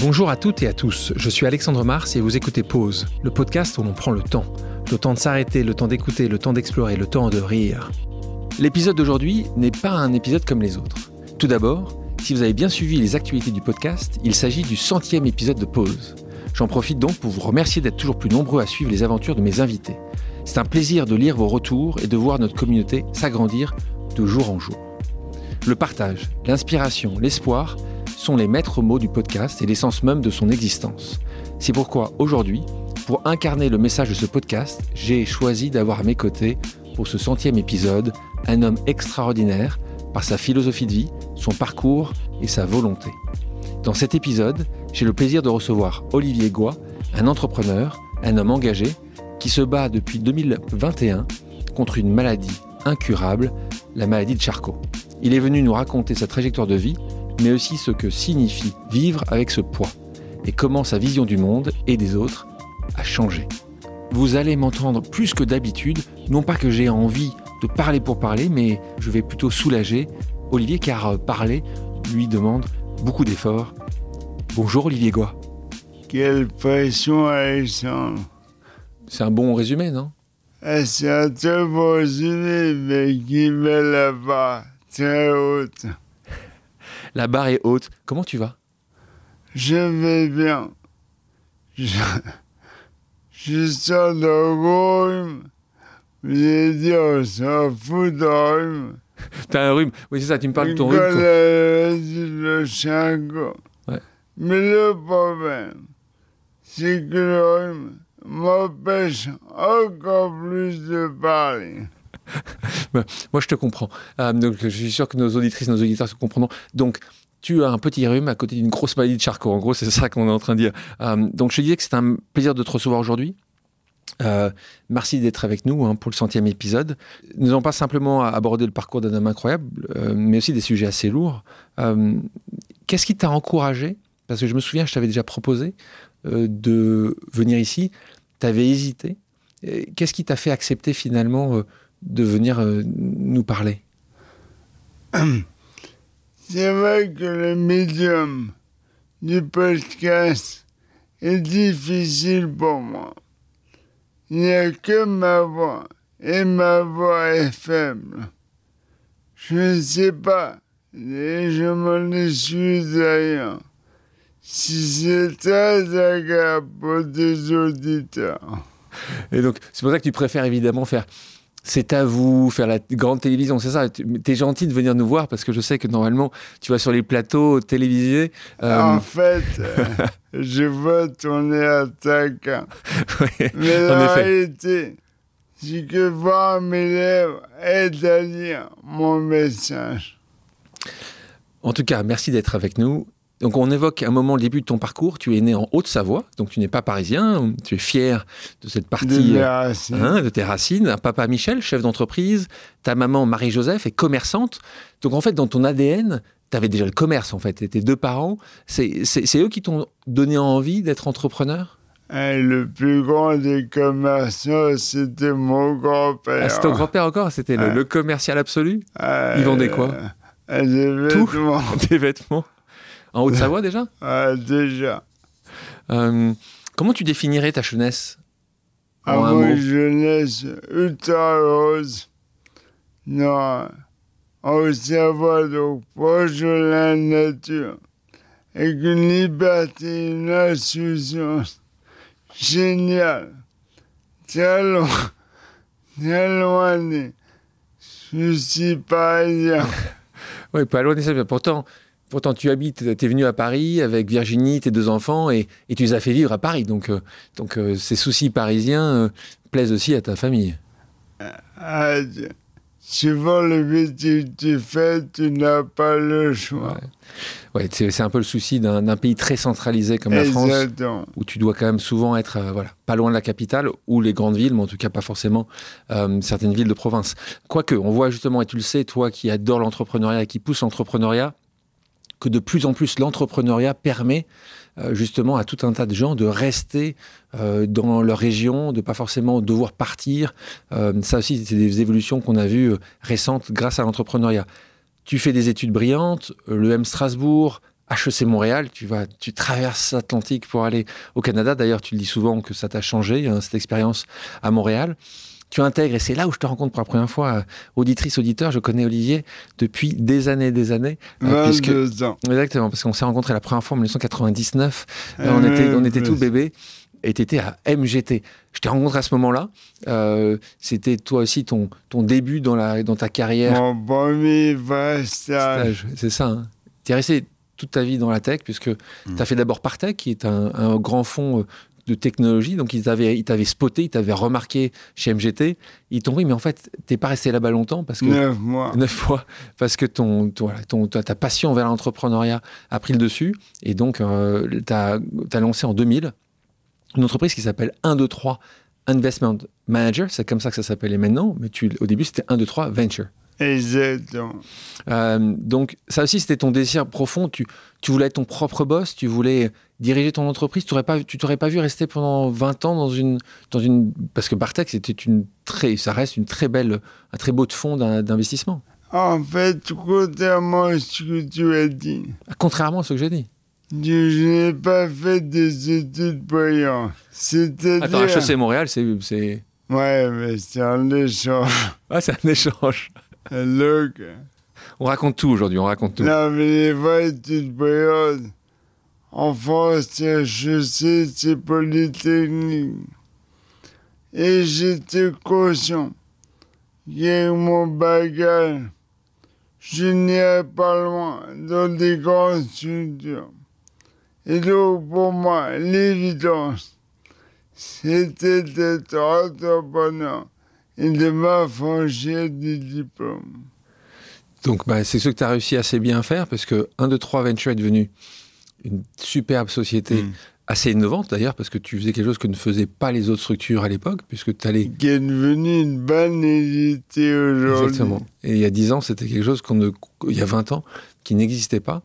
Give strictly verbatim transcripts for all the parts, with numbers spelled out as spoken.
Bonjour à toutes et à tous, je suis Alexandre Mars et vous écoutez Pause, le podcast où l'on prend le temps. Le temps de s'arrêter, le temps d'écouter, le temps d'explorer, le temps de rire. L'épisode d'aujourd'hui n'est pas un épisode comme les autres. Tout d'abord, si vous avez bien suivi les actualités du podcast, il s'agit du centième épisode de Pause. J'en profite donc pour vous remercier d'être toujours plus nombreux à suivre les aventures de mes invités. C'est un plaisir de lire vos retours et de voir notre communauté s'agrandir de jour en jour. Le partage, l'inspiration, l'espoir sont les maîtres mots du podcast et l'essence même de son existence. C'est pourquoi aujourd'hui, pour incarner le message de ce podcast, j'ai choisi d'avoir à mes côtés, pour ce centième épisode, un homme extraordinaire par sa philosophie de vie, son parcours et sa volonté. Dans cet épisode, j'ai le plaisir de recevoir Olivier Goy, un entrepreneur, un homme engagé, qui se bat depuis deux mille vingt et un contre une maladie incurable, la maladie de Charcot. Il est venu nous raconter sa trajectoire de vie, mais aussi ce que signifie vivre avec ce poids et comment sa vision du monde et des autres a changé. Vous allez m'entendre plus que d'habitude, non pas que j'ai envie de parler pour parler, mais je vais plutôt soulager Olivier car parler lui demande beaucoup d'efforts. Bonjour Olivier Goy. Quelle pression, Alexandre. C'est un bon résumé, non ? Ah, c'est un très bon résumé, mais qui met la barre très haute. La barre est haute. Comment tu vas ? Je vais bien. Je, je sors d'un gros rhume. Vous allez dire, on s'en fout d'un rhume. T'as un rhume ? Oui, c'est ça, tu me parles de ton Quand rhume. la- le Charcot. Ouais. Mais le problème, c'est que le rhume m'empêche encore plus de parler. Moi, je te comprends. Euh, donc, je suis sûr que nos auditrices, nos auditeurs se comprendront. Donc, tu as un petit rhume à côté d'une grosse maladie de Charcot. En gros, c'est ça qu'on est en train de dire. Euh, donc, je te disais que c'est un plaisir de te recevoir aujourd'hui. Euh, merci d'être avec nous hein, pour le centième épisode. Nous n'allons pas simplement aborder le parcours d'un homme incroyable, euh, mais aussi des sujets assez lourds. Euh, qu'est-ce qui t'a encouragé ? Parce que je me souviens, je t'avais déjà proposé euh, de venir ici. Tu avais hésité. Et qu'est-ce qui t'a fait accepter finalement euh, de venir euh, nous parler ? C'est vrai que le médium du podcast est difficile pour moi. Il n'y a que ma voix, et ma voix est faible. Je ne sais pas, et je m'en excuse d'ailleurs, si c'est très agréable pour des auditeurs. Et donc, c'est pour ça que tu préfères évidemment faire C'est à vous, faire la grande télévision, c'est ça. Tu es gentil de venir nous voir parce que je sais que normalement, tu vas sur les plateaux télévisés. Euh... En fait, euh, je veux tourner à taquin. Oui, mais la réalité, c'est que voir mes lèvres aide à lire mon message. En tout cas, merci d'être avec nous. Donc, on évoque un moment, le début de ton parcours. Tu es né en Haute-Savoie, donc tu n'es pas parisien. Tu es fier de cette partie de, euh, hein, de tes racines. Un papa Michel, chef d'entreprise. Ta maman Marie-Joseph est commerçante. Donc, en fait, dans ton A D N, tu avais déjà le commerce, en fait. Et tes deux parents, c'est, c'est, c'est eux qui t'ont donné envie d'être entrepreneur ? Et le plus grand des commerçants, c'était mon grand-père. Ah, c'est ton grand-père encore ? C'était le, ah. le commercial absolu ? ah, Il vendait quoi ? euh, Des vêtements. Tout Des vêtements. En Haute-Savoie déjà ? Ah, déjà. Euh, comment tu définirais ta jeunesse ? Ah, mon jeunesse ultra heureuse. Non, en Haute-Savoie, donc proche de la nature. Avec une liberté, une insouciance géniale. Très loin, très loin des soucis parisiens. Oui, pas loin des soucis. Pourtant... Pourtant, tu habites, tu es venu à Paris avec Virginie, tes deux enfants, et, et tu les as fait vivre à Paris. Donc, euh, donc euh, ces soucis parisiens euh, plaisent aussi à ta famille. Ah, suivant le métier que tu fais, tu n'as pas le choix. Ouais, ouais c'est, c'est un peu le souci d'un, d'un pays très centralisé comme la France, Exactement. Où tu dois quand même souvent être euh, voilà, pas loin de la capitale, ou les grandes villes, mais en tout cas pas forcément euh, certaines villes de province. Quoique, on voit justement, et tu le sais, toi qui adore l'entrepreneuriat et qui pousse l'entrepreneuriat, que de plus en plus l'entrepreneuriat permet euh, justement à tout un tas de gens de rester euh, dans leur région, de pas forcément devoir partir. Euh, ça aussi, c'est des évolutions qu'on a vues euh, récentes grâce à l'entrepreneuriat. Tu fais des études brillantes, l'E M Strasbourg, H E C Montréal, tu vas, tu traverses l'Atlantique pour aller au Canada. D'ailleurs, tu le dis souvent que ça t'a changé, hein, cette expérience à Montréal. Tu intègres, et c'est là où je te rencontre pour la première fois, euh, auditrice, auditeur. Je connais Olivier depuis des années, des années. Euh, vingt-deux puisque... ans. Exactement, parce qu'on s'est rencontrés la première fois en dix-neuf cent quatre-vingt-dix-neuf. Euh, on était, on était tout bébés. Et tu étais à M G T. Je t'ai rencontré à ce moment-là. Euh, c'était toi aussi ton, ton début dans, la, dans ta carrière. Mon premier vrai stage. stage. C'est ça. Hein. Tu es resté toute ta vie dans la tech, puisque mmh. tu as fait d'abord Partech, qui est un, un grand fonds de technologie. Donc, ils t'avaient, ils t'avaient spoté, ils t'avaient remarqué chez M G T. Ils t'ont dit, mais en fait, tu n'es pas resté là-bas longtemps. Parce que, neuf mois. Neuf mois. Parce que ton, ton, ton, ta passion vers l'entrepreneuriat a pris le dessus. Et donc, euh, tu as lancé en deux mille une entreprise qui s'appelle un deux trois Investment Manager. C'est comme ça que ça s'appelait maintenant. Mais tu, au début, c'était un deux trois Venture. Exactement. Euh, donc, ça aussi, c'était ton désir profond. Tu, tu voulais être ton propre boss, tu voulais diriger ton entreprise. Tu ne t'aurais pas vu rester pendant vingt ans dans une... Dans une parce que Partech, c'était une très, ça reste une très belle, un très beau fonds d'investissement. En fait, contrairement à ce que tu as dit. Contrairement à ce que j'ai dit. Je, je n'ai pas fait des études brillantes. C'est-à-dire... Attends, H E C Montréal, c'est... c'est... Ouais, mais c'est un échange. Ah, c'est un échange. Look. On raconte tout aujourd'hui, on raconte tout. Non, mais les vraies études brillantes, en France, c'est H E C, c'est Polytechnique. Et j'étais conscient qu'avec mon bagage, je n'irais pas loin dans des grandes structures. Et donc, pour moi, l'évidence, c'était d'être entrepreneur et de m'affranchir du diplôme. Donc, bah, c'est ce que tu as réussi assez bien à faire, parce que un deux trois Venture est devenu une superbe société, mmh. assez innovante d'ailleurs, parce que tu faisais quelque chose que ne faisaient pas les autres structures à l'époque, puisque tu allais... Qui est devenu une banalité aujourd'hui. Exactement. Et il y a dix ans, c'était quelque chose qu'on ne... Il y a vingt ans, qui n'existait pas.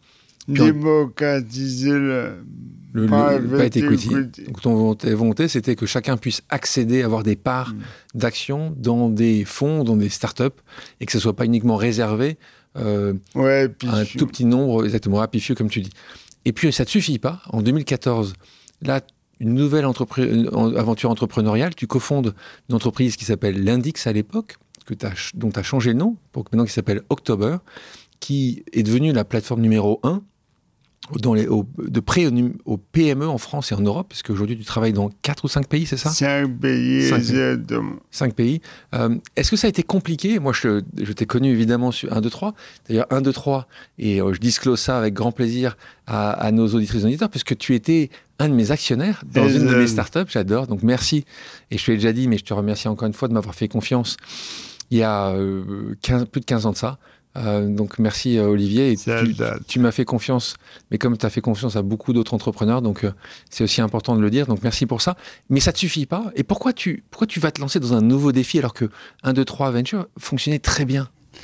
Démocratiser le... Le, le, le private equity. equity. Donc ton volonté, c'était que chacun puisse accéder, avoir des parts mmh. d'action dans des fonds, dans des startups, et que ce ne soit pas uniquement réservé euh, ouais, à un tout petit nombre, exactement, happy few, comme tu dis. Et puis, ça ne te suffit pas. En deux mille quatorze, là, une nouvelle entreprise, aventure entrepreneuriale, tu cofondes une entreprise qui s'appelle Lendix à l'époque, que t'as, dont tu as changé le nom, pour maintenant qui s'appelle October, qui est devenue la plateforme numéro un dans les, au, de près au, au P M E en France et en Europe, parce qu'aujourd'hui tu travailles dans quatre ou cinq pays, c'est ça ? Cinq pays, exactement. Cinq pays. Euh, est-ce que ça a été compliqué ? Moi, je, je t'ai connu évidemment sur un deux trois. D'ailleurs, un deux trois, et euh, je disclose ça avec grand plaisir à, à nos auditrices et auditeurs, puisque tu étais un de mes actionnaires dans et une de mes startups. J'adore, donc merci. Et je te l'ai déjà dit, mais je te remercie encore une fois de m'avoir fait confiance il y a euh, quinze, plus de quinze ans de ça. Euh, donc merci euh, Olivier, et tu, tu m'as fait confiance, mais comme tu as fait confiance à beaucoup d'autres entrepreneurs, donc euh, c'est aussi important de le dire, donc merci pour ça. Mais ça ne te suffit pas, et pourquoi tu, pourquoi tu vas te lancer dans un nouveau défi alors que un deux trois Venture fonctionnait très bien ?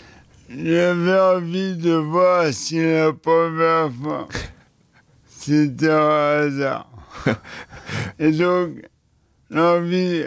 J'avais envie de voir si la première fois c'était un hasard. Et donc l'envie,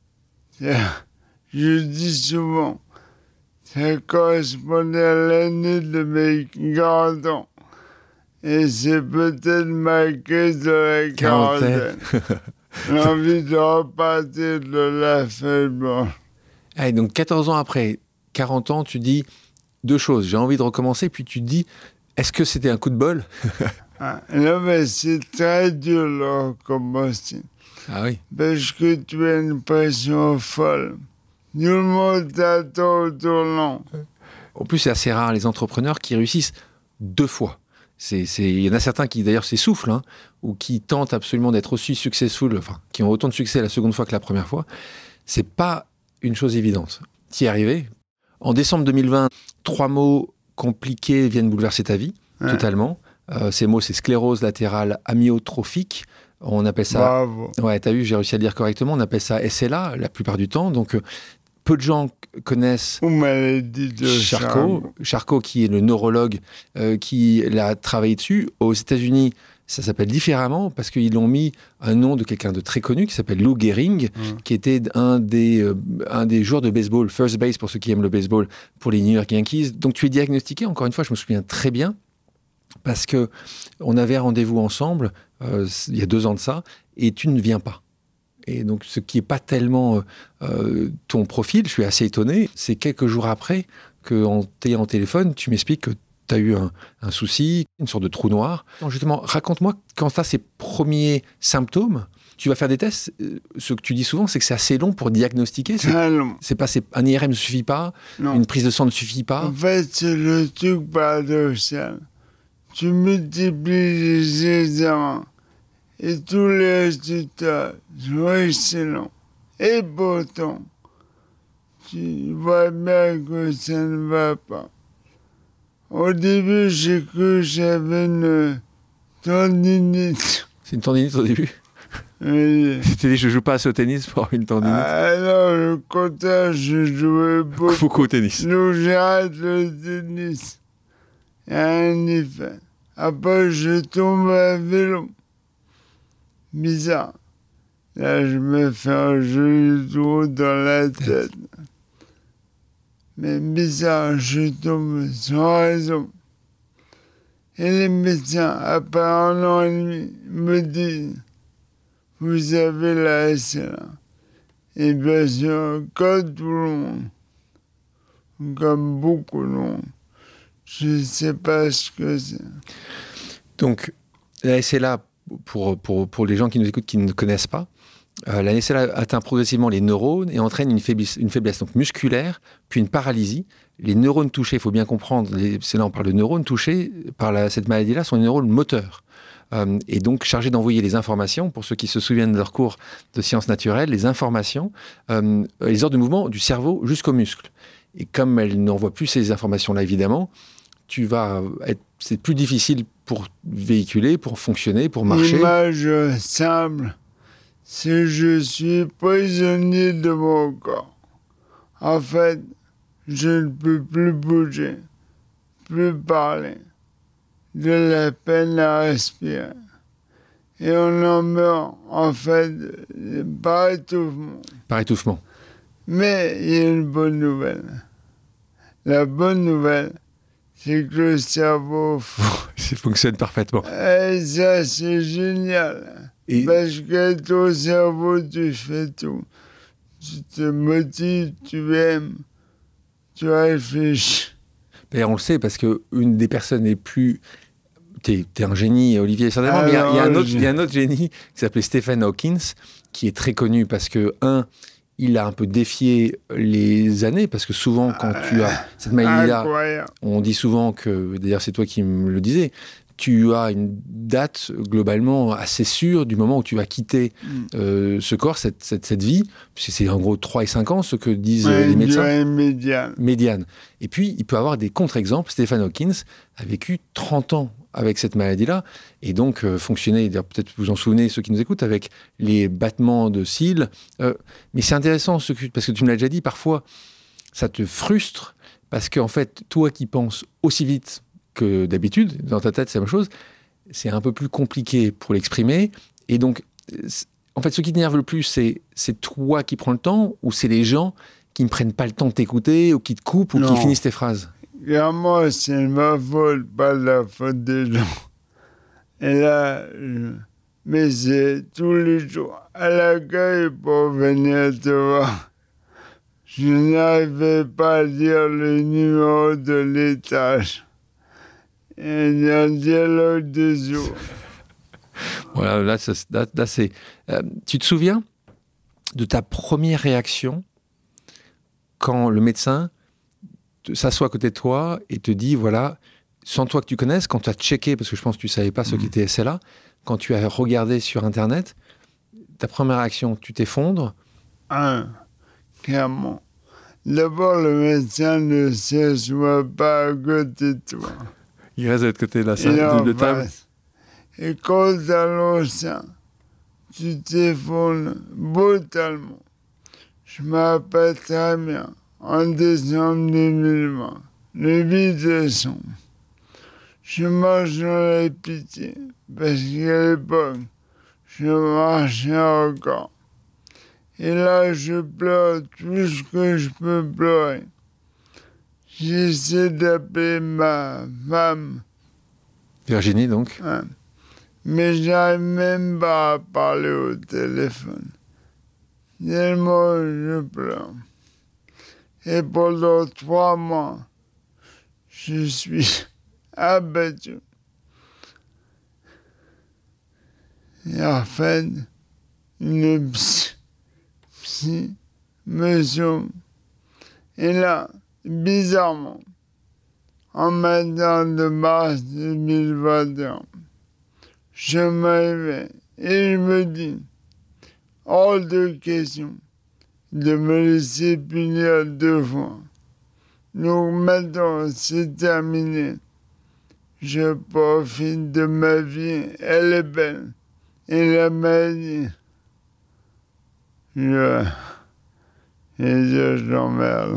je dis souvent, ça correspondait à l'année de mes quarante ans. Et c'est peut-être ma crise de la quarantaine. L'envie de repartir de la feuille blanche. Allez, donc quatorze ans après, quarante ans, tu dis deux choses. J'ai envie de recommencer, puis tu te dis, est-ce que c'était un coup de bol ? Ah, non, mais c'est très dur de recommencer. Ah oui. Parce que tu as une pression folle. Tout le monde t'attend au tournant. En plus, c'est assez rare les entrepreneurs qui réussissent deux fois. C'est, c'est... Il y en a certains qui d'ailleurs s'essoufflent, hein, ou qui tentent absolument d'être aussi successful, enfin, qui ont autant de succès la seconde fois que la première fois. C'est pas une chose évidente. T'y es arrivé. En décembre deux mille vingt, trois mots compliqués viennent bouleverser ta vie, ouais. totalement. Euh, ces mots, c'est sclérose latérale amyotrophique. On appelle ça... Bravo. Ouais, t'as vu, j'ai réussi à le dire correctement. On appelle ça S L A la plupart du temps. Donc, euh, peu de gens connaissent Ou maladie de Charcot. Charcot, qui est le neurologue euh, qui l'a travaillé dessus. Aux États-Unis, ça s'appelle différemment parce qu'ils l'ont mis un nom de quelqu'un de très connu qui s'appelle Lou Gehrig, mmh. qui était un des, euh, un des joueurs de baseball, first base pour ceux qui aiment le baseball, pour les New York Yankees. Donc, tu es diagnostiqué, encore une fois, je me souviens très bien, parce qu'on avait un rendez-vous ensemble, euh, il y a deux ans de ça, et tu ne viens pas. Et donc, ce qui n'est pas tellement euh, ton profil, je suis assez étonné, c'est quelques jours après qu'en t'ayant téléphone, tu m'expliques que tu as eu un, un souci, une sorte de trou noir. Donc, justement, raconte-moi, quand tu as ces premiers symptômes, tu vas faire des tests. Ce que tu dis souvent, c'est que c'est assez long pour diagnostiquer. C'est, Très long. c'est pas, c'est, un I R M ne suffit pas, Non. une prise de sang ne suffit pas. En fait, c'est le truc paradoxal. Tu multiplies les examens et tous les résultats sont excellents. Et pourtant, tu vois bien que ça ne va pas. Au début, j'ai cru que j'avais une tendinite. C'est une tendinite au début. Oui. Tu t'es dit, je joue pas assez au tennis pour avoir une tendinite. Ah non, le contraire, je jouais beaucoup. Beaucoup au tennis. Donc j'arrête le tennis. Il y a un effet. Après, je tombe à vélo. Bizarre. Là, je me fais un joli trou dans la tête. Mais bizarre, je tombe sans raison. Et les médecins, après un an et demi, me disent « Vous avez la S L A ». Et bien sûr, comme tout le monde, comme beaucoup de monde, je ne sais pas ce que c'est. Donc, la S L A, pour, pour, pour les gens qui nous écoutent qui ne connaissent pas, euh, la S L A atteint progressivement les neurones et entraîne une faiblesse, une faiblesse donc musculaire, puis une paralysie. Les neurones touchés, il faut bien comprendre, les, c'est là on parle de neurones touchés par la, cette maladie-là, sont les neurones moteurs. Euh, et donc chargés d'envoyer les informations, pour ceux qui se souviennent de leur cours de sciences naturelles, les informations, euh, les ordres de mouvement du cerveau jusqu'aux muscles. Et comme elle n'envoie plus ces informations-là, évidemment, tu vas être, c'est plus difficile pour véhiculer, pour fonctionner, pour marcher. L'image simple, c'est que je suis prisonnier de mon corps. En fait, je ne peux plus bouger, plus parler, de la peine à respirer. Et on en meurt, en fait, par étouffement. Par étouffement. Mais il y a une bonne nouvelle. La bonne nouvelle, c'est que le cerveau... Ça fonctionne parfaitement. Et ça, c'est génial. Et... Parce que ton cerveau, tu fais tout. Tu te motives, tu aimes, tu réfléchis. Et on le sait, parce qu'une des personnes les plus... T'es, t'es un génie, Olivier, certainement, mais il y, y, y, y a un autre génie qui s'appelait Stephen Hawking, qui est très connu parce que, un, il a un peu défié les années, parce que souvent, quand tu as cette maladie-là, on dit souvent que, d'ailleurs c'est toi qui me le disais, tu as une date globalement assez sûre du moment où tu vas quitter mm. euh, ce corps, cette, cette, cette vie, puisque c'est en gros trois et cinq ans, ce que disent ouais, les médecins. Médiane. Médiane. Et puis, il peut avoir des contre-exemples. Stephen Hawking a vécu trente ans avec cette maladie-là, et donc euh, fonctionnait, peut-être vous en souvenez, ceux qui nous écoutent, avec les battements de cils. Euh, mais c'est intéressant, ce que, parce que tu me l'as déjà dit, parfois, ça te frustre, parce qu'en fait, toi qui penses aussi vite que d'habitude, dans ta tête, c'est la même chose, c'est un peu plus compliqué pour l'exprimer, et donc, en fait, ce qui t'énerve le plus, c'est, c'est toi qui prends le temps, ou c'est les gens qui ne prennent pas le temps de t'écouter, ou qui te coupent, ou non. qui finissent tes phrases? Moi, c'est ma faute, pas la faute des gens. Et là, je... mais c'est tous les jours à l'accueil pour venir te voir. Je n'arrivais pas à dire le numéro de l'étage. Et il y a un dialogue de jour. Voilà, là, ça, là, là c'est... Euh, tu te souviens de ta première réaction quand le médecin s'assoit à côté de toi et te dit, voilà, sans toi que tu connaisses, quand tu as checké, parce que je pense que tu ne savais pas ce mmh. qu'était S L A, quand tu as regardé sur Internet, ta première réaction, tu t'effondres? Ah, clairement. D'abord, le médecin ne s'assoit pas à côté de toi. Il reste de l'autre côté de la salle, de table. Et quand tu as ça, tu t'effondres brutalement. Je m'appelle très bien. En décembre deux mille vingt, le huit décembre, je marche dans les pitiés, parce qu'à l'époque, je marchais encore. Et là, je pleure tout ce que je peux pleurer. J'essaie d'appeler ma femme, Virginie, donc. Ouais. Mais j'arrive même pas à parler au téléphone. Tellement je pleure. Et pendant trois mois, je suis abattu. Et en fait, une psy, psy me sauve. Et là, bizarrement, en matin de mars deux mille vingt et un, je me réveille et je me dis, hors de question de me laisser punir deux fois. Donc maintenant, c'est terminé. Je profite de ma vie, elle est belle. Et la maladie, je... Et je j'emmerde.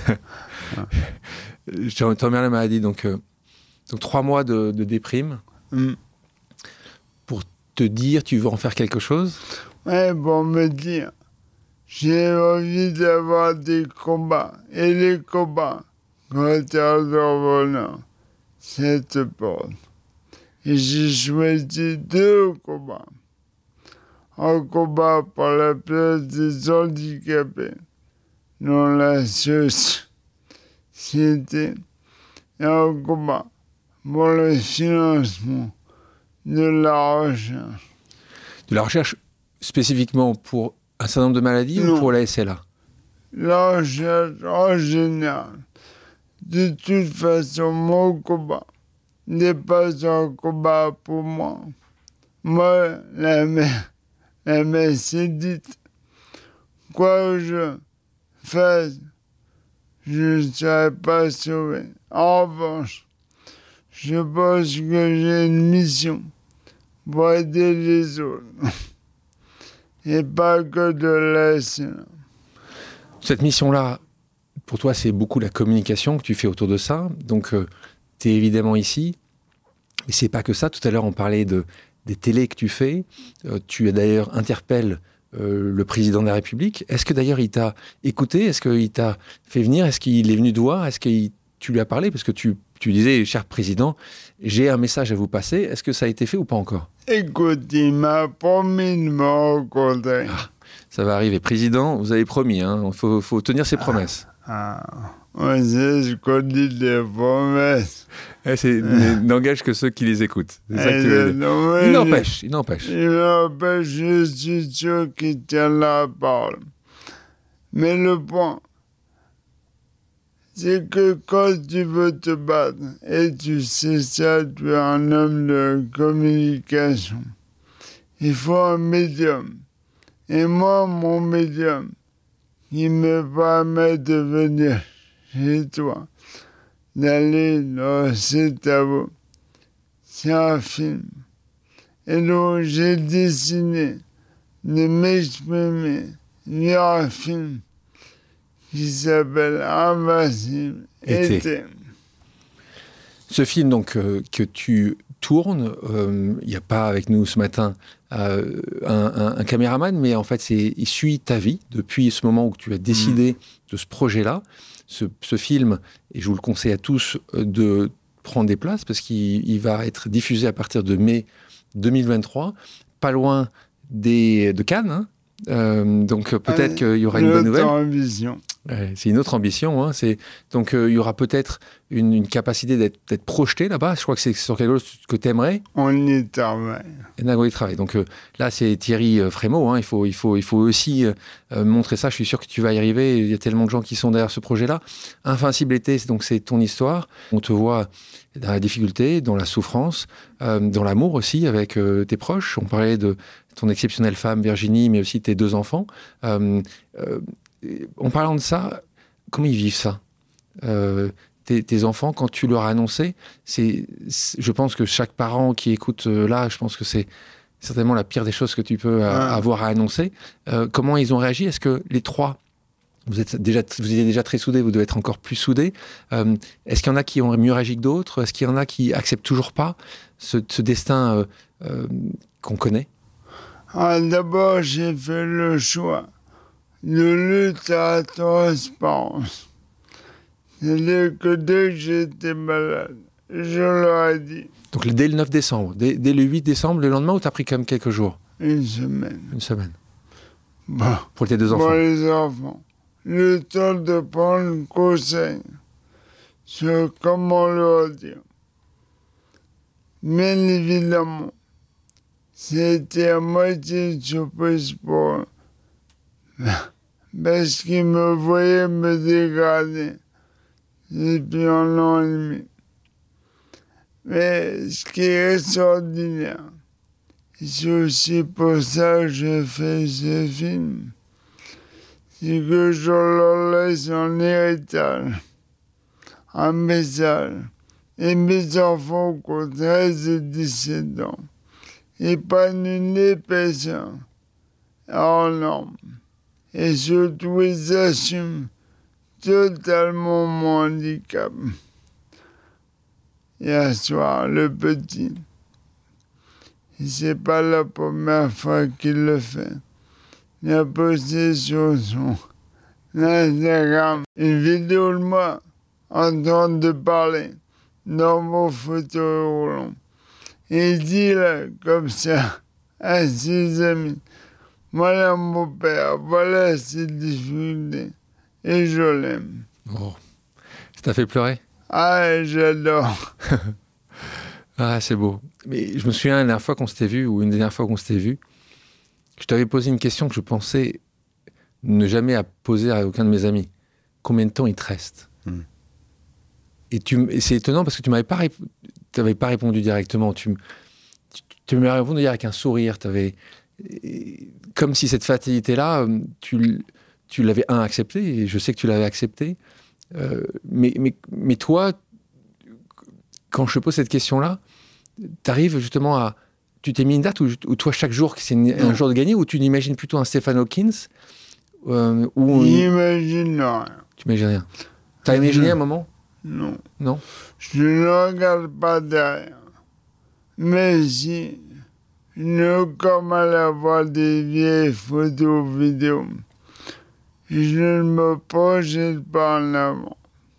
Je t'emmerde la maladie, donc, euh, donc trois mois de, de déprime. Mm. Pour te dire, tu veux en faire quelque chose? Ouais, pour me dire, j'ai envie d'avoir des combats. Et les combats, quand t'es entrepreneur, cette porte. Et j'ai choisi deux combats. Un combat pour la place des handicapés dans la société et un combat pour le financement de la recherche. De la recherche spécifiquement pour un certain nombre de maladies Non. ou pour la S L A? La recherche en général. De toute façon, mon combat n'est pas un combat pour moi. Moi, la mère, la mère s'est dite, quoi que je fasse, je ne serai pas sauvé. En revanche, je pense que j'ai une mission pour aider les autres. Et pas que de la S L A. Cette mission-là, pour toi, c'est beaucoup la communication que tu fais autour de ça. Donc, euh, tu es évidemment ici. Mais c'est pas que ça. Tout à l'heure, on parlait de, des télés que tu fais. Euh, tu d'ailleurs interpelles euh, le président de la République. Est-ce que d'ailleurs, il t'a écouté? Est-ce qu'il t'a fait venir? Est-ce qu'il est venu te voir? Est-ce que tu lui as parlé? Parce que tu, tu disais, cher président, j'ai un message à vous passer. Est-ce que ça a été fait ou pas encore? Écoute, il m'a promis de me rencontrer. Ah, ça va arriver. Président, vous avez promis. Il hein, faut, faut tenir ses promesses. Ah, on sait ce qu'on dit des promesses. Eh, c'est n'engage que ceux qui les écoutent. C'est ça que tu veux dire. Non, Il n'empêche, il n'empêche. Il n'empêche, je suis sûr qu'il tient la parole. Mais le point, c'est que quand tu veux te battre, et tu sais ça, tu es un homme de communication, il faut un médium. Et moi, mon médium, qui me permet de venir chez toi, d'aller dans ces tableaux, c'est un film. Et donc, j'ai décidé de m'exprimer via un film qui s'appelle Invincible. Été. Été. Ce film donc euh, que tu tournes, il euh, n'y a pas avec nous ce matin euh, un, un, un caméraman, mais en fait, c'est, il suit ta vie depuis ce moment où tu as décidé mmh. de ce projet-là. Ce, ce film, et je vous le conseille à tous euh, de prendre des places parce qu'il il va être diffusé à partir de mai deux mille vingt-trois, pas loin des, de Cannes. Hein. Euh, donc peut-être qu'il y aura une bonne nouvelle. Ambition. Ouais, c'est une autre ambition. Hein. C'est, donc euh, il y aura peut-être une, une capacité d'être, d'être projeté là-bas. Je crois que c'est sur quelque chose que tu aimerais. On y travaille. On y travaille. Donc euh, là, c'est Thierry euh, Frémaux. Hein. Il, faut, il, faut, il faut aussi euh, montrer ça. Je suis sûr que tu vas y arriver. Il y a tellement de gens qui sont derrière ce projet-là. Invincible été, c'est, donc c'est ton histoire. On te voit dans la difficulté, dans la souffrance, euh, dans l'amour aussi avec euh, tes proches. On parlait de ton exceptionnelle femme Virginie, mais aussi tes deux enfants. Euh, euh, en parlant de ça, comment ils vivent ça euh, tes, tes enfants, quand tu leur as annoncé, c'est, c'est, je pense que chaque parent qui écoute euh, là, je pense que c'est certainement la pire des choses que tu peux euh, ah. avoir à annoncer. Euh, comment ils ont réagi? Est-ce que les trois, vous êtes déjà, vous étiez déjà très soudés, vous devez être encore plus soudés. Euh, est-ce qu'il y en a qui ont mieux réagi que d'autres? Est-ce qu'il y en a qui acceptent toujours pas ce, ce destin euh, euh, qu'on connaît? Ah, d'abord, j'ai fait le choix de lutter à la transparence. C'est-à-dire que dès que j'étais malade, je leur ai dit. Donc dès le neuf décembre, dès, dès le huit décembre, le lendemain, ou t'as pris quand même quelques jours? Une semaine. Une semaine. Bon. Pour tes deux enfants. Pour les enfants. Le temps de prendre conseil sur comment leur dire. Bien évidemment, c'était à moitié une surprise pour eux. Parce qu'ils me voyaient me dégrader depuis un an et demi. Mais ce qui est extraordinaire, et c'est aussi pour ça que je fais ce film, c'est que je leur laisse un héritage, un message. Et mes enfants ont treize et dix-sept ans, épanouissent les personnes hors normes. Et surtout, ils assument totalement mon handicap. Hier soir, le petit, et c'est pas la première fois qu'il le fait, il a posté sur son Instagram une vidéo de moi en train de parler dans mon fauteuil roulant. Et il dit là, comme ça, à ses amis, voilà mon père, voilà ses difficultés, et je l'aime. Oh. Ça t'a fait pleurer? Ah, j'adore. Ah, c'est beau. Mais je me souviens la dernière fois qu'on s'était vu, ou une dernière fois qu'on s'était vu, je t'avais posé une question que je pensais ne jamais à poser à aucun de mes amis. Combien de temps il te reste? mm. Et, tu, et c'est étonnant parce que tu m'avais pas, rép... t'avais pas répondu directement. Tu, tu, tu m'avais répondu avec un sourire. T'avais... Comme si cette fatalité-là, tu, tu l'avais, un, accepté, et je sais que tu l'avais accepté. Euh, mais, mais, mais toi, quand je te pose cette question-là, tu arrives justement à... Tu t'es mis une date où, où toi, chaque jour, c'est une, un jour de gagner, ou tu n'imagines plutôt un Stephen Hawking euh, où... J'imagine rien. Tu n'imagines rien. Tu as imaginé un moment? Non. Non. Je ne regarde pas derrière. Mais si, je ne comme à voir des vieilles photos vidéos. Je ne me projette pas en avant.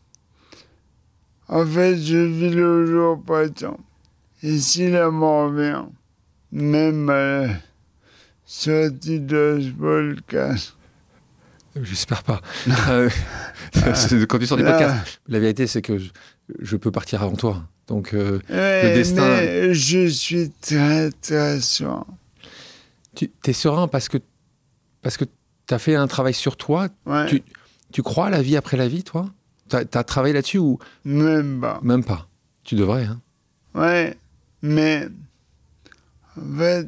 En fait, je vis le jour présent. Et si la mort vient, même à la sortie de ce podcast. J'espère pas. euh, quand tu sors des podcasts, la vérité, c'est que je, je peux partir avant toi. Donc, euh, mais, le destin... Mais je suis très, très serein. Tu es serein parce que, parce que tu as fait un travail sur toi. Ouais. Tu, tu crois à la vie après la vie, toi? Tu as travaillé là-dessus ou... Même pas. Même pas. Tu devrais, hein? Ouais, mais en fait,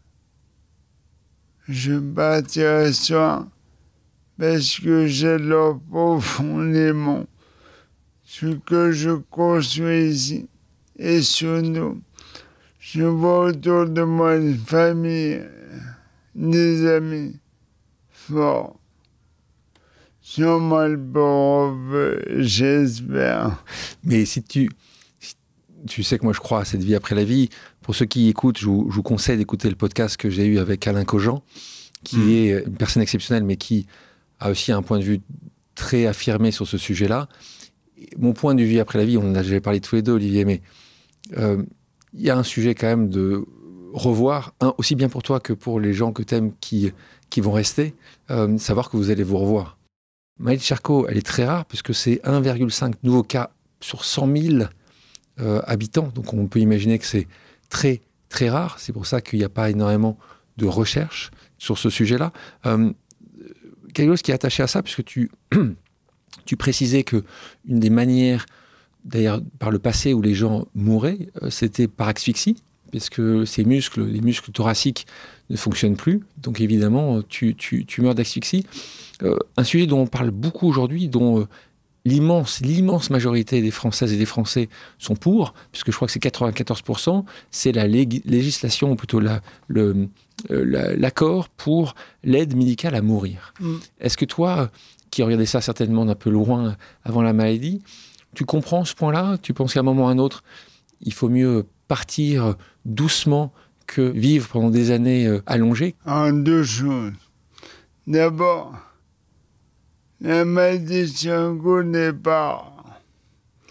je bâtirai ça parce que j'adore profondément ce que je construis ici. Et surtout, je vois autour de moi une famille, des amis forts. Sûrement le bon, j'espère. Mais si tu... Tu sais que moi, je crois à cette vie après la vie. Pour ceux qui écoutent, je vous, je vous conseille d'écouter le podcast que j'ai eu avec Alain Cogent, qui mmh. est une personne exceptionnelle, mais qui a aussi un point de vue très affirmé sur ce sujet-là. Mon point de vue après la vie, on en a déjà parlé tous les deux, Olivier, mais euh, il y a un sujet quand même de revoir, un, aussi bien pour toi que pour les gens que tu aimes qui, qui vont rester, euh, savoir que vous allez vous revoir. Maëlys Charcot, elle est très rare, puisque c'est un virgule cinq nouveaux cas sur cent mille Euh, habitants, donc on peut imaginer que c'est très très rare, c'est pour ça qu'il n'y a pas énormément de recherche sur ce sujet-là. Euh, quelque chose qui est attaché à ça, puisque tu, tu précisais qu'une des manières, d'ailleurs par le passé où les gens mouraient, euh, c'était par asphyxie, parce que ces muscles, les muscles thoraciques ne fonctionnent plus, donc évidemment tu, tu, tu meurs d'asphyxie. Euh, un sujet dont on parle beaucoup aujourd'hui, dont euh, L'immense, l'immense majorité des Françaises et des Français sont pour, puisque je crois que c'est quatre-vingt-quatorze pour cent, c'est la lég- législation, ou plutôt la, le, euh, la, l'accord pour l'aide médicale à mourir. Mm. Est-ce que toi, qui regardais ça certainement d'un peu loin avant la maladie, tu comprends ce point-là? Tu penses qu'à un moment ou à un autre, il faut mieux partir doucement que vivre pendant des années euh, allongées? En deux choses. D'abord, la maladie Charcot n'est pas.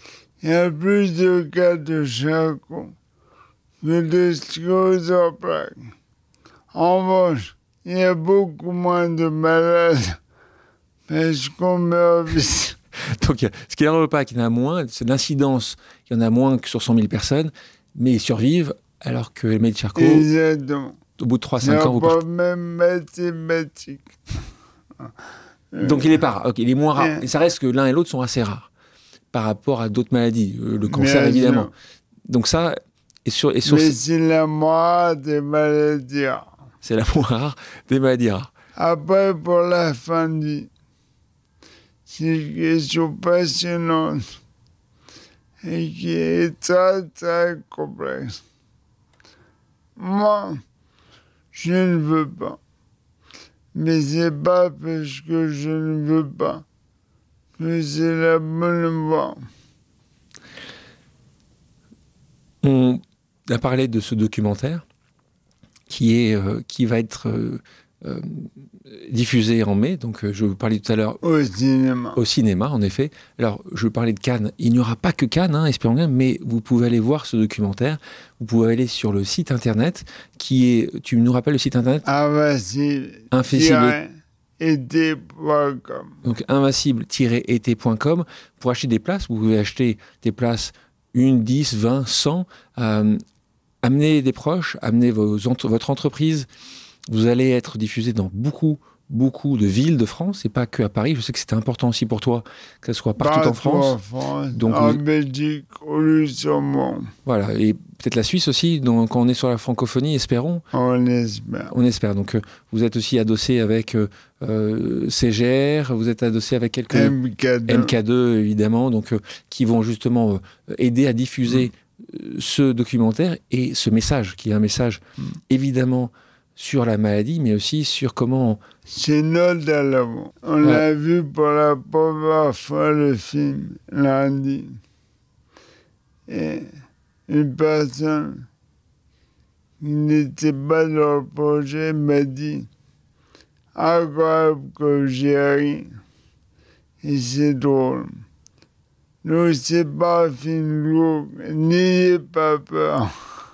Il y a plus de cas de Charcot que de sclérose en plaques. En revanche, il y a beaucoup moins de malades parce qu'on meurt vite. Donc, ce qui est drôle pas qu'il y en a moins, c'est l'incidence. Il y en a moins que sur cent mille personnes, mais ils survivent, alors que les maladies de Charcot, Exactement. au bout de trois à cinq ans, vous pas même mathématique. Donc il est pas rare. Okay, il est moins rare. Et ça reste que l'un et l'autre sont assez rares par rapport à d'autres maladies. Le cancer, Bien évidemment. Sûr. Donc ça, et sur, et sur Mais ces... c'est la moins rare des maladies rares. C'est la moins rare des maladies rares. Après, pour la fin de vie, c'est une question passionnante et qui est très, très complexe. Moi, je ne veux pas. Mais c'est pas parce que je ne veux pas que c'est la bonne voie. On a parlé de ce documentaire qui, est, euh, qui va être euh, euh, diffusé en mai. Donc, euh, je vous parlais tout à l'heure... Au cinéma. Au cinéma, en effet. Alors, je parlais de Cannes. Il n'y aura pas que Cannes, hein, espérons bien, mais vous pouvez aller voir ce documentaire. Vous pouvez aller sur le site internet qui est... Tu nous rappelles le site internet ? Invincible. été point com. Donc, invincible tiret été point com. Pour acheter des places, vous pouvez acheter des places une, dix, vingt, cent. Euh, amenez des proches, amenez vos, votre entreprise. Vous allez être diffusé dans beaucoup, beaucoup de villes de France, et pas que à Paris. Je sais que c'était important aussi pour toi que ce soit partout, partout en France. En France, donc, en vous... Belgique, au Luxembourg. Voilà, et peut-être la Suisse aussi. Donc, quand on est sur la francophonie, espérons. On espère. On espère. Donc, euh, vous êtes aussi adossé avec euh, euh, C G R, vous êtes adossé avec quelques... M K deux. M K deux, évidemment, donc, euh, qui vont justement euh, aider à diffuser mmh. ce documentaire et ce message, qui est un message, mmh. évidemment, sur la maladie, mais aussi sur comment... C'est notre allemand. On ouais. a vu pour la première fois le film lundi. Et une personne qui n'était pas dans le projet m'a dit « Incroyable que j'y ri. » Et c'est drôle. Donc c'est pas un film lourd. N'ayez pas peur.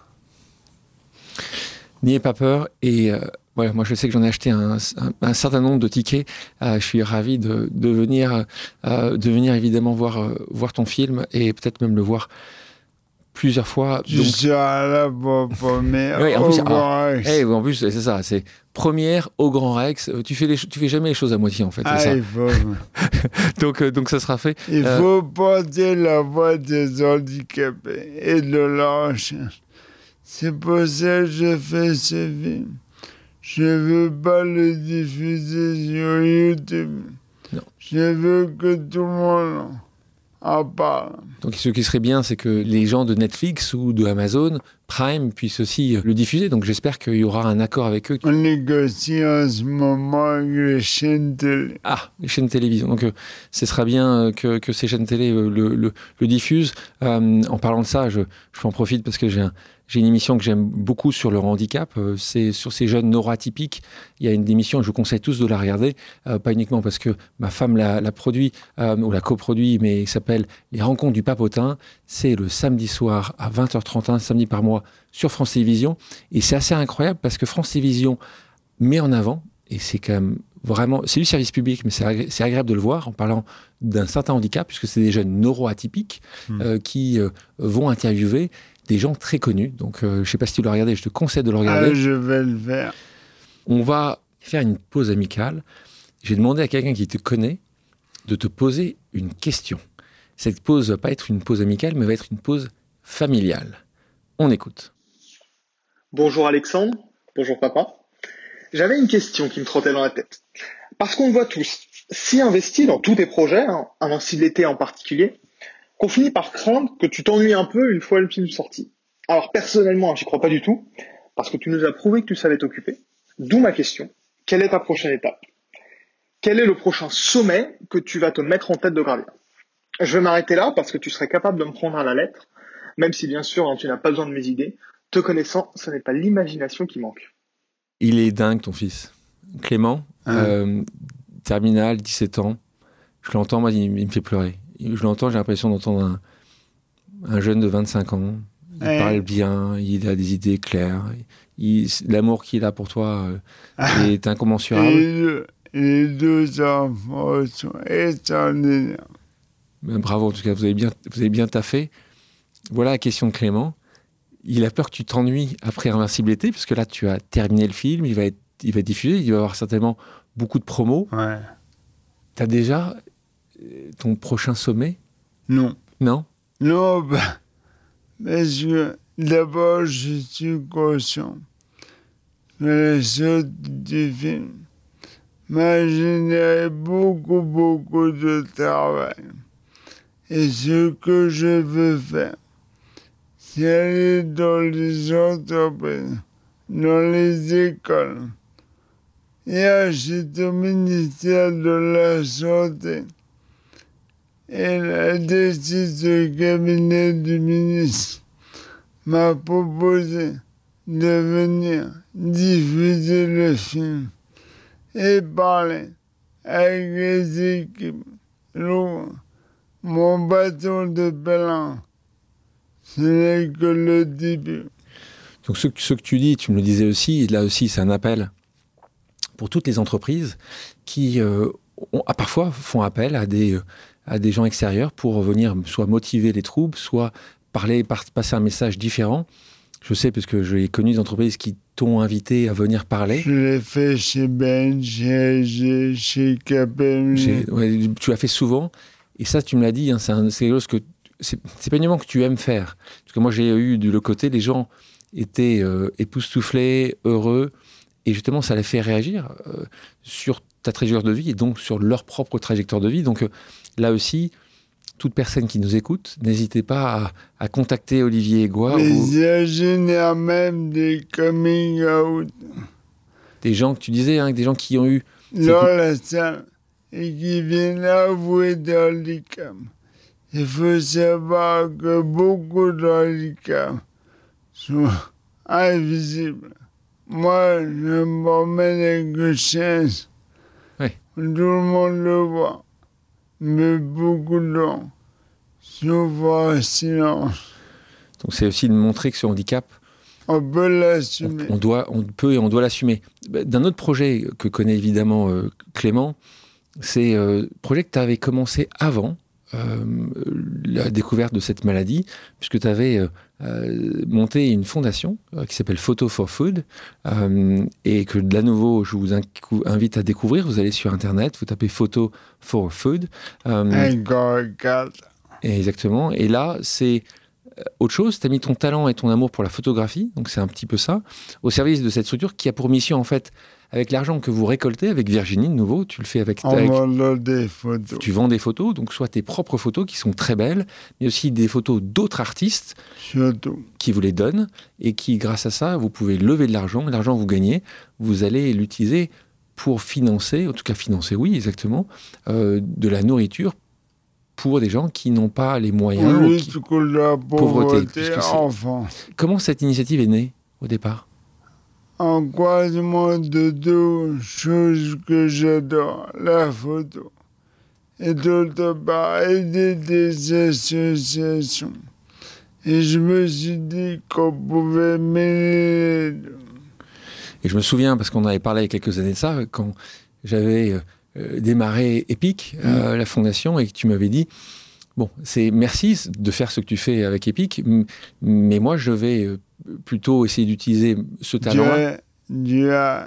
N'ayez pas peur. Et euh, voilà, moi, je sais que j'en ai acheté un, un, un certain nombre de tickets. Euh, je suis ravi de, de, venir, euh, de venir évidemment voir, euh, voir ton film et peut-être même le voir plusieurs fois. Tu seras là pour première oui, en au plus, Grand ah, Rex. Hey, en plus, c'est ça. C'est première au Grand Rex. Tu fais, les, tu fais jamais les choses à moitié, en fait. Ah, c'est ça. Il faut. donc, euh, donc, ça sera fait. Il euh, faut porter la voix des handicapés et de la recherche. C'est pour ça que je fais ce film. Je ne veux pas le diffuser sur YouTube. Non. Je veux que tout le monde en parle. Donc ce qui serait bien, c'est que les gens de Netflix ou de Amazon Prime puissent aussi le diffuser. Donc j'espère qu'il y aura un accord avec eux. On négocie en ce moment avec les chaînes télé. Ah, les chaînes télévision. Donc euh, ce sera bien que, que ces chaînes télé euh, le, le, le diffusent. Euh, en parlant de ça, je, je en profite parce que j'ai un... J'ai une émission que j'aime beaucoup sur le handicap, euh, c'est sur ces jeunes neuroatypiques. Il y a une émission, et je vous conseille tous de la regarder, euh, pas uniquement parce que ma femme l'a, l'a produit euh, ou l'a coproduit, mais il s'appelle Les Rencontres du Papotin. C'est le samedi soir à vingt heures trente, un samedi par mois sur France Télévisions. Et c'est assez incroyable parce que France Télévisions met en avant, et c'est quand même vraiment, c'est du service public, mais c'est, agré- c'est agréable de le voir en parlant d'un certain handicap, puisque c'est des jeunes neuroatypiques mmh. euh, qui euh, vont interviewer des gens très connus. Donc, euh, je ne sais pas si tu l'as regardé, je te conseille de le regarder. Ah, je vais le faire. On va faire une pause amicale. J'ai demandé à quelqu'un qui te connaît de te poser une question. Cette pause ne va pas être une pause amicale, mais va être une pause familiale. On écoute. Bonjour Alexandre, bonjour papa. J'avais une question qui me trottait dans la tête. Parce qu'on le voit tous, si investi dans tous tes projets, hein, Invincible été en particulier, qu'on finit par craindre que tu t'ennuies un peu une fois le film sorti. Alors personnellement, j'y crois pas du tout, parce que tu nous as prouvé que tu savais t'occuper. D'où ma question, quelle est ta prochaine étape ? Quel est le prochain sommet que tu vas te mettre en tête de gravir ? Je vais m'arrêter là, parce que tu serais capable de me prendre à la lettre, même si bien sûr, hein, tu n'as pas besoin de mes idées. Te connaissant, ce n'est pas l'imagination qui manque. Il est dingue ton fils. Clément, hein. euh, terminal, dix-sept ans, je l'entends, moi, il, il me fait pleurer. Je l'entends, j'ai l'impression d'entendre un, un jeune de vingt-cinq ans, il Ouais. parle bien, il a des idées claires, il, l'amour qu'il a pour toi euh, est incommensurable. Les deux, les deux enfants sont extraordinaires. Ben, bravo, en tout cas, vous avez bien, vous avez bien taffé. Voilà la question de Clément. Il a peur que tu t'ennuies après Invincibilité, parce que là, tu as terminé le film, il va être, il va être diffusé, il va y avoir certainement beaucoup de promos. Ouais. Tu as déjà euh, ton prochain sommet? Non. Non? Non, bah, parce que d'abord, je suis conscient que la sortie du film m'a généré beaucoup, beaucoup de travail. Et ce que je veux faire, c'est aller dans les entreprises, dans les écoles, et acheter au ministère de la Santé. Et la décision du cabinet du ministre m'a proposé de venir diffuser le film et parler avec les équipes. Donc, mon bâton de pèlerin, ce n'est que le début. Donc ce, ce que tu dis, tu me le disais aussi, là aussi c'est un appel pour toutes les entreprises qui euh, ont, à, parfois font appel à des, à des gens extérieurs pour venir soit motiver les troupes, soit parler, par, passer un message différent. Je sais parce que j'ai connu des entreprises qui t'ont invité à venir parler. Je l'ai fait chez Ben, chez, chez, chez K P M G. Ouais, tu l'as fait souvent. Et ça, tu me l'as dit, hein, c'est, un, c'est quelque chose que... C'est, c'est pas uniquement que tu aimes faire. Parce que moi, j'ai eu de l'autre côté, les gens étaient euh, époustouflés, heureux. Et justement, ça les fait réagir euh, sur ta trajectoire de vie et donc sur leur propre trajectoire de vie. Donc euh, là aussi, toute personne qui nous écoute, n'hésitez pas à, à contacter Olivier Aigouin. Mais ou ça génère même des coming out des gens que tu disais, hein, des gens qui ont eu... dans la salle et qui viennent avouer des handicaps. Il faut savoir que beaucoup de handicaps sont invisibles. Moi, je me promène avec une chaise. Oui. Tout le monde le voit. Mais beaucoup de gens souffrent en silence. Donc c'est aussi de montrer que ce handicap, On peut on, l'assumer. on, doit, on peut et on doit l'assumer. D'un autre projet que connaît évidemment euh, Clément, c'est euh, un projet que tu avais commencé avant euh, la découverte de cette maladie, puisque tu avais euh, euh, monté une fondation euh, qui s'appelle Photo for Food, euh, et que de nouveau, je vous inc- invite à découvrir. Vous allez sur Internet, vous tapez Photo for Food. Euh, Encore quatre. exactement. Et là, c'est autre chose. Tu as mis ton talent et ton amour pour la photographie, donc c'est un petit peu ça, au service de cette structure qui a pour mission, en fait, avec l'argent que vous récoltez, avec Virginie, de nouveau, tu le fais avec... En avec vendant des photos. tu vends des photos, donc soit tes propres photos qui sont très belles, mais aussi des photos d'autres artistes Surtout. qui vous les donnent et qui, grâce à ça, vous pouvez lever de l'argent. L'argent que vous gagnez, vous allez l'utiliser pour financer, en tout cas financer, oui, exactement, euh, de la nourriture pour des gens qui n'ont pas les moyens. On ou lutte qui... contre la Pauvreté, pauvreté puisque c'est- en France. Comment cette initiative est née au départ? En croisement de deux choses que j'adore, la photo et d'autre part aider des associations. Et je me suis dit qu'on pouvait mêler les deux. Et je me souviens, parce qu'on avait parlé il y a quelques années de ça, quand j'avais euh, démarré Epic, euh, la fondation, et que tu m'avais dit, bon, c'est merci de faire ce que tu fais avec Epic, m- mais moi, je vais euh, plutôt essayer d'utiliser ce talent-là. Dieu, Dieu a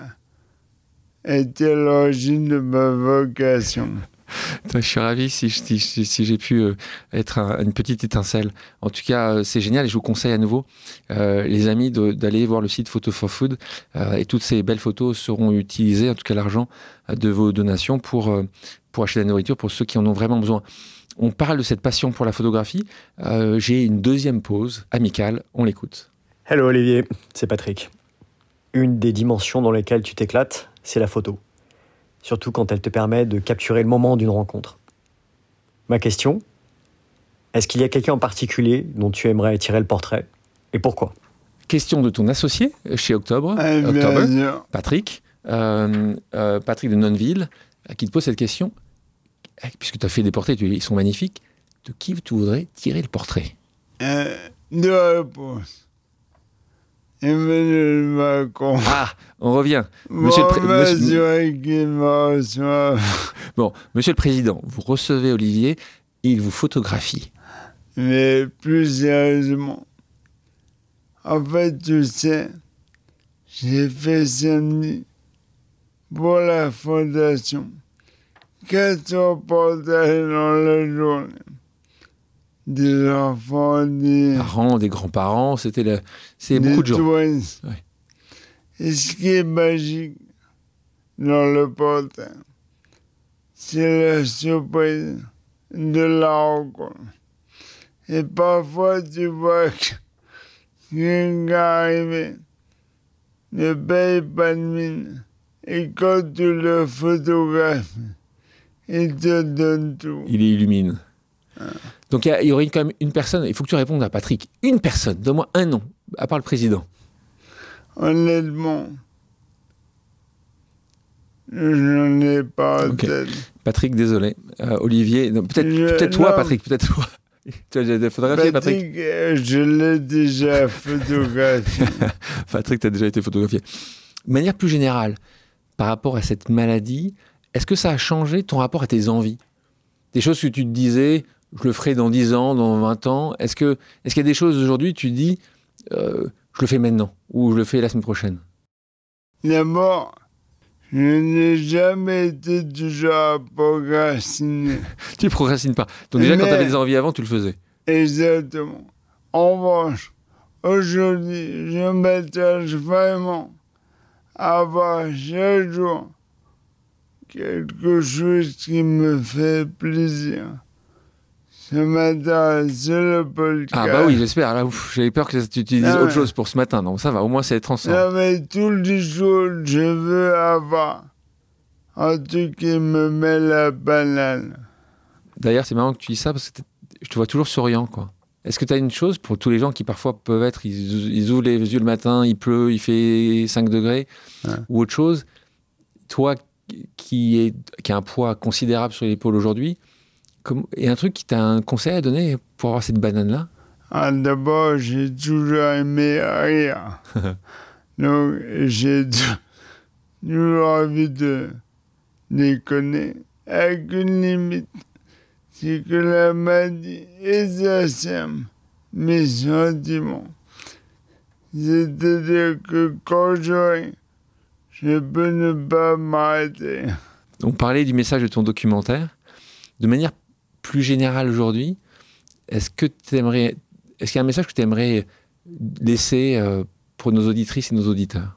été l'origine de ma vocation. Je suis ravi si, si, si, si j'ai pu euh, être un- une petite étincelle. En tout cas, euh, c'est génial et je vous conseille à nouveau, euh, les amis, de- d'aller voir le site Photo for Food euh, et toutes ces belles photos seront utilisées, en tout cas l'argent euh, de vos donations pour, euh, pour acheter de la nourriture pour ceux qui en ont vraiment besoin. On parle de cette passion pour la photographie. Euh, j'ai une deuxième pause amicale, on l'écoute. Hello Olivier, c'est Patrick. Une des dimensions dans lesquelles tu t'éclates, c'est la photo. Surtout quand elle te permet de capturer le moment d'une rencontre. Ma question, est-ce qu'il y a quelqu'un en particulier dont tu aimerais tirer le portrait et pourquoi ? Question de ton associé chez Octobre, Eh bien October, sûr. Patrick, euh, euh, Patrick de Nonneville, qui te pose cette question. Puisque tu as fait des portraits, tu- ils sont magnifiques, de qui tu voudrais tirer le portrait ? Euh, deux réponses. Emmanuel Macron. Ah, on revient. Monsieur Bon, le, pré- monsieur- qu'il me reçoive. bon, monsieur le Président, vous recevez Olivier, il vous photographie. Mais plus sérieusement, en fait, tu sais, j'ai fait samedi pour la fondation quatre reportages dans la journée. Des enfants, des, Parents, des grands-parents, c'était le... c'est des beaucoup de gens. touristes. Ouais. Et ce qui est magique dans le portail, c'est la surprise de la rencontre. Et parfois, tu vois que quelqu'un arrivé ne paye pas de mine. Et quand tu le photographes, il te donne tout. Il illumine. Donc il y, a- il y aurait quand même une personne, il faut que tu répondes à Patrick. Une personne, donne-moi un nom, à part le président. Honnêtement, je n'en ai pas en Ok. tête. Patrick, désolé. Euh, Olivier, non, peut-être Je- peut-être toi, non. Patrick, peut-être toi. Tu as déjà photographié, Patrick Patrick, euh, je l'ai déjà photographié. Patrick, tu as déjà été photographié. De manière plus générale, par rapport à cette maladie, est-ce que ça a changé ton rapport à tes envies? Des choses que tu te disais, je le ferai dans dix ans, dans vingt ans. Est-ce que, est-ce qu'il y a des choses aujourd'hui, tu te dis, euh, je le fais maintenant, ou je le fais la semaine prochaine? D'abord, je n'ai jamais été du genre à procrastiner. Tu procrastines pas. Donc déjà, quand Mais- tu avais des envies avant, tu le faisais. Exactement. En revanche, aujourd'hui, je m'attache vraiment à avoir chaque jour quelque chose qui me fait plaisir. Ce matin, c'est le podcast. Ah bah oui, j'espère. Là, ouf, j'avais peur que tu utilises Ah autre ouais. chose pour ce matin. Non, ça va, au moins c'est être ensemble. Non, mais tous les jours, je veux avoir un truc qui me met la banane. D'ailleurs, c'est marrant que tu dis ça parce que t'es- je te vois toujours souriant, quoi. Est-ce que tu as une chose pour tous les gens qui parfois peuvent être, ils, ils ouvrent les yeux le matin, il pleut, il fait cinq degrés, Ouais. ou autre chose, toi qui, est, qui a un poids considérable sur l'épaule aujourd'hui, comme, et un truc qui t'a un conseil à donner pour avoir cette banane-là? Ah, d'abord, j'ai toujours aimé rire. Donc, j'ai tou- toujours envie de déconner. Avec une limite, c'est que la maladie exacerbe mes sentiments. C'est-à-dire que quand j'aurai, je peux ne pas m'arrêter. On parlait du message de ton documentaire. De manière plus générale aujourd'hui, est-ce que t'aimerais, est-ce qu'il y a un message que tu aimerais laisser euh, pour nos auditrices et nos auditeurs?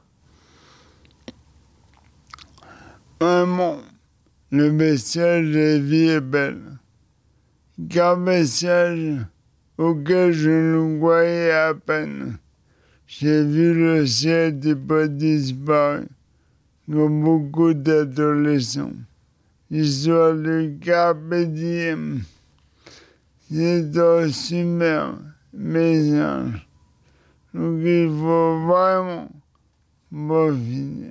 Vraiment, le message de la vie est belle. Qu'un message auquel je ne croyais à peine. J'ai vu le ciel des pas disparu, comme beaucoup d'adolescents. L'histoire de Carpe Diem, c'est un super message. Donc il faut vraiment profiter.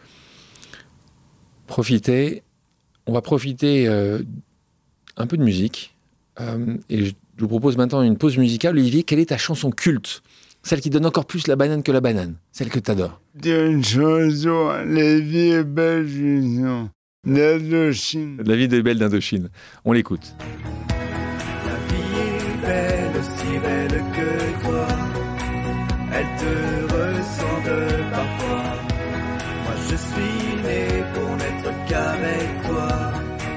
Profiter. On va profiter euh, un peu de musique. Euh, et je je vous propose maintenant une pause musicale. Olivier, quelle est ta chanson culte? Celle qui donne encore plus la banane que la banane. Celle que tu adores. C'est une chanson, la vie est belle, chanson d'Indochine. La vie des belles d'Indochine. On l'écoute. La vie est belle, aussi belle que toi. Elle te ressemble parfois. Moi je suis né pour n'être qu'avec toi.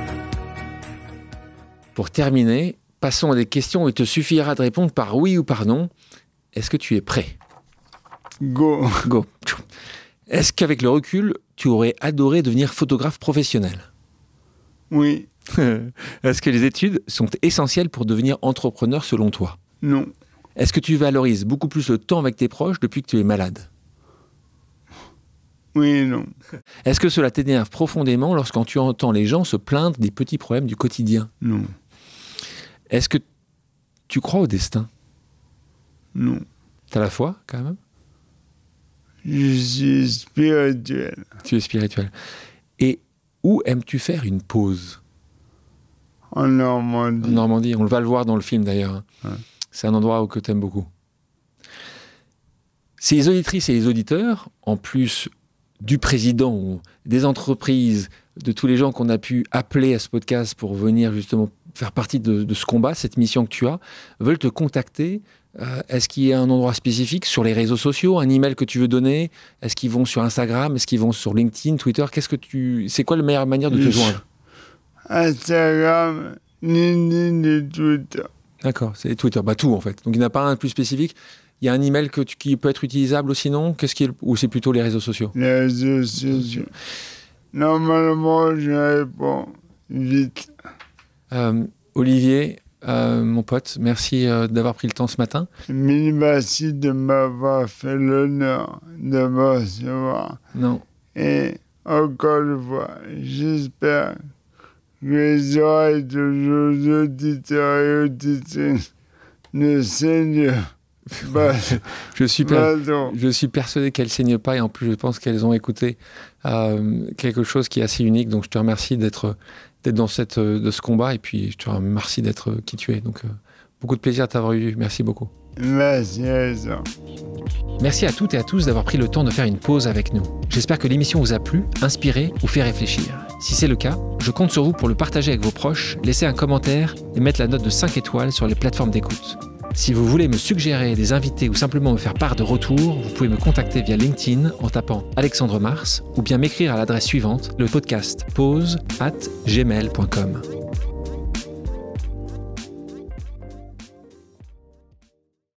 Pour terminer, passons à des questions où il te suffira de répondre par oui ou par non. Est-ce que tu es prêt? Go. Go. Est-ce qu'avec le recul, tu aurais adoré devenir photographe professionnel? Oui, Est-ce que les études sont essentielles pour devenir entrepreneur selon toi? non, Est-ce que tu valorises beaucoup plus le temps avec tes proches depuis que tu es malade? oui, non, Est-ce que cela t'énerve profondément lorsqu'on tu entends les gens se plaindre des petits problèmes du quotidien? non, Est-ce que tu crois au destin? non. T'as la foi, quand même? Je suis spirituel. Tu es spirituel. Et où aimes-tu faire une pause? En Normandie. En Normandie, on va le voir dans le film d'ailleurs. Ouais. C'est un endroit que tu aimes beaucoup. Si les auditrices et les auditeurs, en plus du président ou des entreprises, de tous les gens qu'on a pu appeler à ce podcast pour venir justement faire partie de, de ce combat, cette mission que tu as, veulent te contacter, euh, est-ce qu'il y a un endroit spécifique sur les réseaux sociaux, un email que tu veux donner? Est-ce qu'ils vont sur Instagram? Est-ce qu'ils vont sur LinkedIn, Twitter? Qu'est-ce que tu... C'est quoi la meilleure manière de te joindre? Instagram, LinkedIn et Twitter. D'accord, c'est Twitter. Bah tout en fait. Donc il n'y en a pas un plus spécifique. Il y a un email que tu, qui peut être utilisable aussi, non? Qu'est-ce qui est, ou c'est plutôt les réseaux sociaux? Les réseaux sociaux. Normalement, je réponds vite. Euh, Olivier, euh, mon pote, merci euh, d'avoir pris le temps ce matin. Mille merci de m'avoir fait l'honneur de me recevoir. Non. Et encore une fois, j'espère que les oreilles de nos auditeurs et auditrices ne saignent pas. je, suis per... je suis persuadé qu'elles ne saignent pas et en plus je pense qu'elles ont écouté euh, quelque chose qui est assez unique. Donc je te remercie d'être, d'être dans cette, de ce combat et puis je te remercie d'être qui tu es. Donc euh, beaucoup de plaisir à t'avoir eu. Merci beaucoup. Merci à toi. Merci à toutes et à tous d'avoir pris le temps de faire une pause avec nous. J'espère que l'émission vous a plu, inspiré ou fait réfléchir. Si c'est le cas, je compte sur vous pour le partager avec vos proches, laisser un commentaire et mettre la note de cinq étoiles sur les plateformes d'écoute. Si vous voulez me suggérer des invités ou simplement me faire part de retours, vous pouvez me contacter via LinkedIn en tapant Alexandre Mars ou bien m'écrire à l'adresse suivante, le podcast pause arobase gmail point com.